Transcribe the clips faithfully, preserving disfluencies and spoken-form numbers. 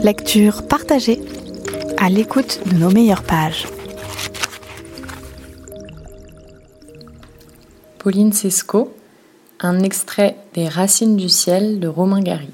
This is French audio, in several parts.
Lecture partagée à l'écoute de nos meilleures pages. Pauline Sescaut, un extrait des Racines du ciel de Romain Gary.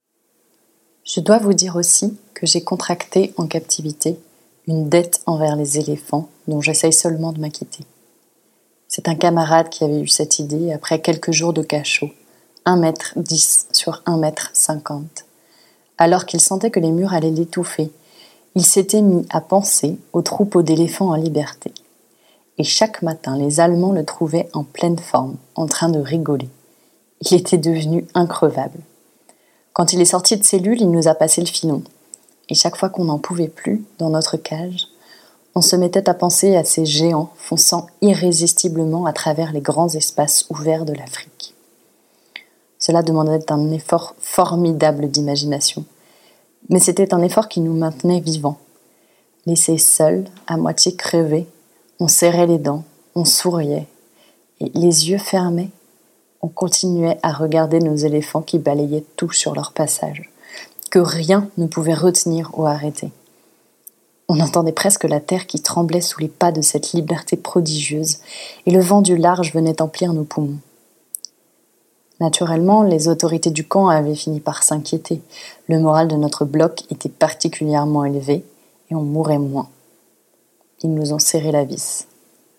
Je dois vous dire aussi que j'ai contracté en captivité une dette envers les éléphants dont j'essaye seulement de m'acquitter. C'est un camarade qui avait eu cette idée après quelques jours de cachot, un mètre dix sur un mètre cinquante. Alors qu'il sentait que les murs allaient l'étouffer, il s'était mis à penser au troupeau d'éléphants en liberté. Et chaque matin, les Allemands le trouvaient en pleine forme, en train de rigoler. Il était devenu increvable. Quand il est sorti de cellule, il nous a passé le filon. Et chaque fois qu'on n'en pouvait plus, dans notre cage, on se mettait à penser à ces géants fonçant irrésistiblement à travers les grands espaces ouverts de l'Afrique. Cela demandait un effort formidable d'imagination. Mais c'était un effort qui nous maintenait vivants. Laissés seuls, à moitié crevés, on serrait les dents, on souriait. Et les yeux fermés, on continuait à regarder nos éléphants qui balayaient tout sur leur passage, que rien ne pouvait retenir ou arrêter. On entendait presque la terre qui tremblait sous les pas de cette liberté prodigieuse, et le vent du large venait emplir nos poumons. Naturellement, les autorités du camp avaient fini par s'inquiéter. Le moral de notre bloc était particulièrement élevé et on mourait moins. Ils nous ont serré la vis.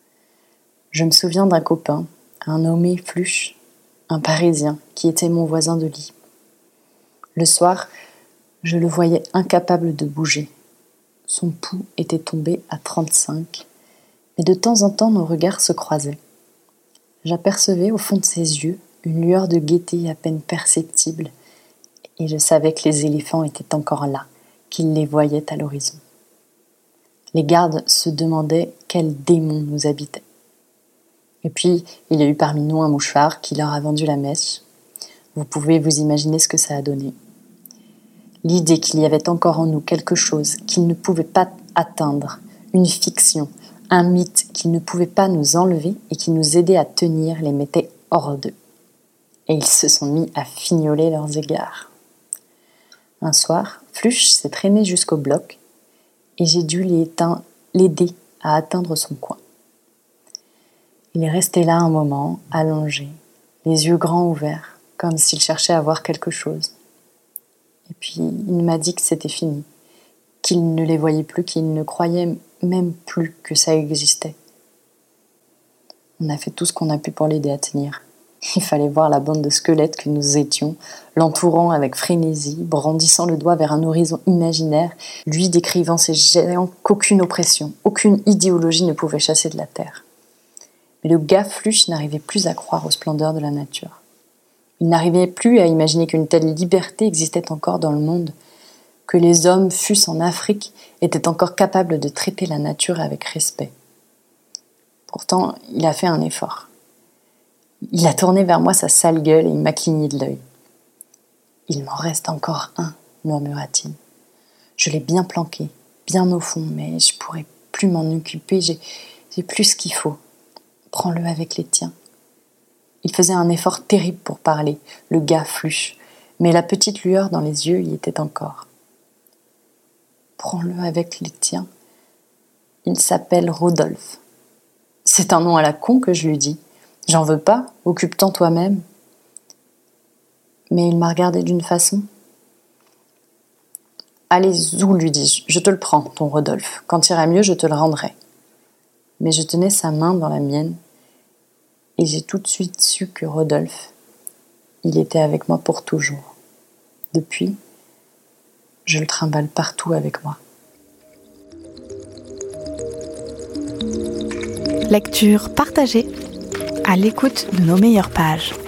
Je me souviens d'un copain, un nommé Fluche, un Parisien qui était mon voisin de lit. Le soir, je le voyais incapable de bouger. Son pouls était tombé à trente-cinq, mais de temps en temps nos regards se croisaient. J'apercevais au fond de ses yeux une lueur de gaieté à peine perceptible, et je savais que les éléphants étaient encore là, qu'ils les voyaient à l'horizon. Les gardes se demandaient quel démon nous habitait. Et puis, il y a eu parmi nous un mouchard qui leur a vendu la mèche. Vous pouvez vous imaginer ce que ça a donné. L'idée qu'il y avait encore en nous quelque chose qu'ils ne pouvaient pas atteindre, une fiction, un mythe qu'ils ne pouvaient pas nous enlever et qui nous aidait à tenir, les mettait hors d'eux. Et ils se sont mis à fignoler leurs égards. Un soir, Fluche s'est traîné jusqu'au bloc et j'ai dû l'aider à atteindre son coin. Il est resté là un moment, allongé, les yeux grands ouverts, comme s'il cherchait à voir quelque chose. Et puis, il m'a dit que c'était fini, qu'il ne les voyait plus, qu'il ne croyait même plus que ça existait. On a fait tout ce qu'on a pu pour l'aider à tenir. Il fallait voir la bande de squelettes que nous étions, l'entourant avec frénésie, brandissant le doigt vers un horizon imaginaire, lui décrivant ces géants qu'aucune oppression, aucune idéologie ne pouvait chasser de la terre. Mais le gars Fluche n'arrivait plus à croire aux splendeurs de la nature. Il n'arrivait plus à imaginer qu'une telle liberté existait encore dans le monde, que les hommes, fût-ce en Afrique, étaient encore capables de traiter la nature avec respect. Pourtant, il a fait un effort. Il a tourné vers moi sa sale gueule et il m'a cligné de l'œil. « Il m'en reste encore un, » murmura-t-il. « Je l'ai bien planqué, bien au fond, mais je pourrais plus m'en occuper, j'ai, j'ai plus ce qu'il faut. Prends-le avec les tiens. » Il faisait un effort terrible pour parler, le gars Fluche, mais la petite lueur dans les yeux y était encore. « Prends-le avec les tiens. Il s'appelle Rodolphe. » C'est un nom à la con que je lui dis. J'en veux pas, occupe-t'en toi-même. Mais il m'a regardé d'une façon. Allez, où, lui dis-je, je te le prends, ton Rodolphe. Quand irait mieux, je te le rendrai. Mais je tenais sa main dans la mienne, et j'ai tout de suite su que Rodolphe, il était avec moi pour toujours. Depuis, je le trimballe partout avec moi. Lecture partagée à l'écoute de nos meilleures pages.